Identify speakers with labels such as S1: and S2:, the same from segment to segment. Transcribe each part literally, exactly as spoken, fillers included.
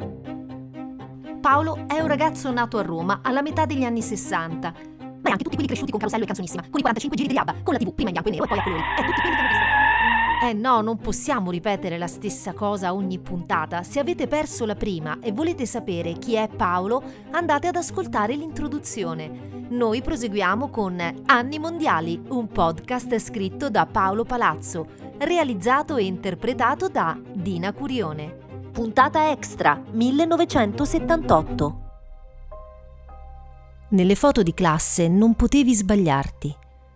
S1: Paolo è un ragazzo nato a Roma alla metà degli anni sessanta, ma è anche tutti quelli cresciuti con Carosello e Canzonissima, con i quarantacinque giri degli ABBA, con la tivù prima in bianco e nero e poi a colori, è tutti quelli che hanno visto. Eh no, non possiamo ripetere la stessa cosa ogni puntata. Se avete perso la prima e volete sapere chi è Paolo, andate ad ascoltare l'introduzione. Noi proseguiamo con Anni Mondiali, un podcast scritto da Paolo Palazzo, realizzato e interpretato da Dina Curione. Puntata extra millenovecentosettantotto. Nelle foto di classe non potevi sbagliarti.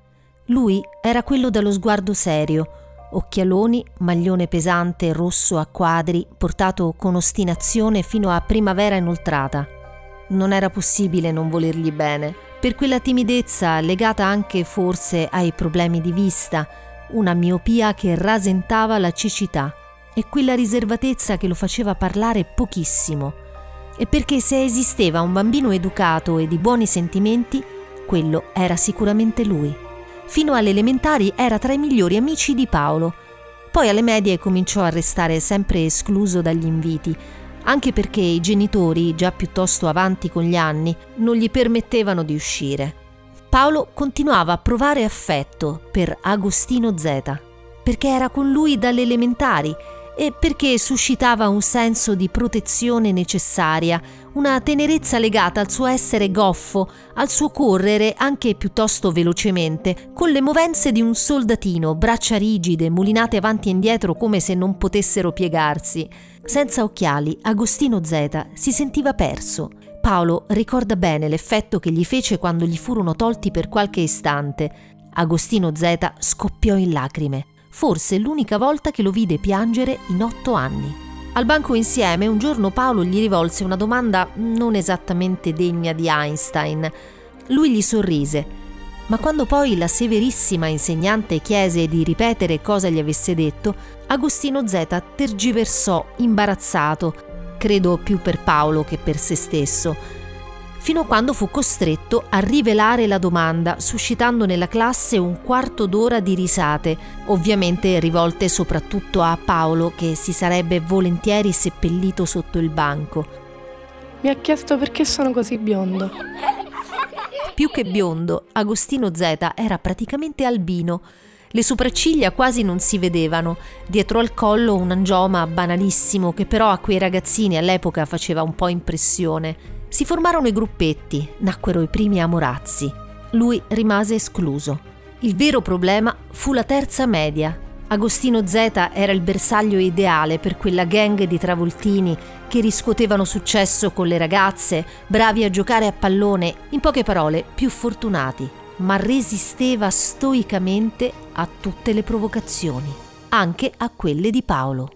S1: Lui era quello dallo sguardo serio, occhialoni, maglione pesante rosso a quadri, portato con ostinazione fino a primavera inoltrata. Non era possibile non volergli bene, per quella timidezza legata anche forse ai problemi di vista, una miopia che rasentava la cecità e quella riservatezza che lo faceva parlare pochissimo. E perché se esisteva un bambino educato e di buoni sentimenti, quello era sicuramente lui. Fino alle elementari era tra i migliori amici di Paolo. Poi alle medie cominciò a restare sempre escluso dagli inviti, anche perché i genitori, già piuttosto avanti con gli anni, non gli permettevano di uscire. Paolo continuava a provare affetto per Agostino Zeta, perché era con lui dalle elementari e perché suscitava un senso di protezione necessaria, una tenerezza legata al suo essere goffo, al suo correre anche piuttosto velocemente, con le movenze di un soldatino, braccia rigide, mulinate avanti e indietro come se non potessero piegarsi. Senza occhiali, Agostino Zeta si sentiva perso. Paolo ricorda bene l'effetto che gli fece quando gli furono tolti per qualche istante. Agostino Zeta scoppiò in lacrime. Forse l'unica volta che lo vide piangere in otto anni. Al banco insieme un giorno Paolo gli rivolse una domanda non esattamente degna di Einstein. Lui gli sorrise, ma quando poi la severissima insegnante chiese di ripetere cosa gli avesse detto, Agostino Zeta tergiversò imbarazzato, credo più per Paolo che per se stesso, fino a quando fu costretto a rivelare la domanda, suscitando nella classe un quarto d'ora di risate, ovviamente rivolte soprattutto a Paolo, che si sarebbe volentieri seppellito sotto il banco.
S2: Mi ha chiesto perché sono così biondo.
S1: Più che biondo, Agostino Zeta era praticamente albino. Le sopracciglia quasi non si vedevano, dietro al collo un angioma banalissimo che però a quei ragazzini all'epoca faceva un po' impressione. Si formarono i gruppetti, nacquero i primi amorazzi. Lui rimase escluso. Il vero problema fu la terza media. Agostino Zeta era il bersaglio ideale per quella gang di travoltini che riscuotevano successo con le ragazze, bravi a giocare a pallone, in poche parole più fortunati, ma resisteva stoicamente a tutte le provocazioni, anche a quelle di Paolo.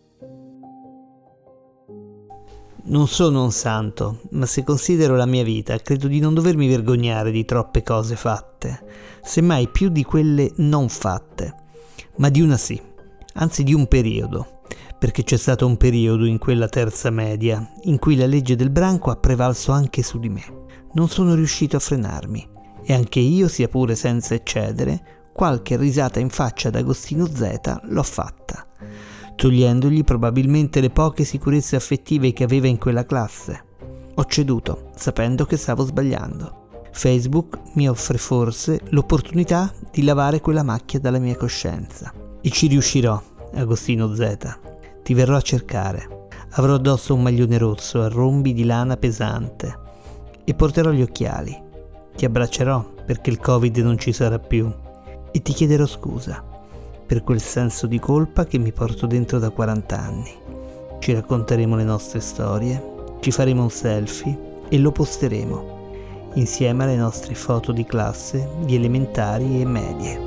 S3: Non sono un santo, ma se considero la mia vita, credo di non dovermi vergognare di troppe cose fatte, semmai più di quelle non fatte, ma di una sì, anzi di un periodo, perché c'è stato un periodo in quella terza media in cui la legge del branco ha prevalso anche su di me. Non sono riuscito a frenarmi e anche io, sia pure senza eccedere, qualche risata in faccia ad Agostino Zeta l'ho fatta, togliendogli probabilmente le poche sicurezze affettive che aveva in quella classe. Ho ceduto, sapendo che stavo sbagliando. Facebook mi offre forse l'opportunità di lavare quella macchia dalla mia coscienza. E ci riuscirò, Agostino Zeta. Ti verrò a cercare. Avrò addosso un maglione rosso a rombi di lana pesante e porterò gli occhiali. Ti abbraccerò perché il Covid non ci sarà più e ti chiederò scusa per quel senso di colpa che mi porto dentro da quaranta anni. Ci racconteremo le nostre storie, ci faremo un selfie e lo posteremo, insieme alle nostre foto di classe di elementari e medie.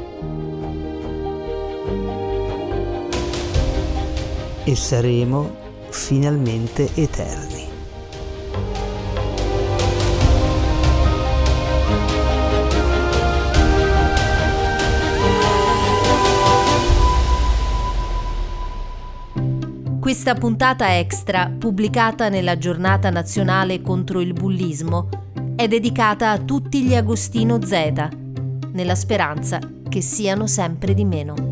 S3: E saremo finalmente eterni.
S1: Questa puntata extra, pubblicata nella Giornata Nazionale contro il Bullismo, è dedicata a tutti gli Agostino Zeta, nella speranza che siano sempre di meno.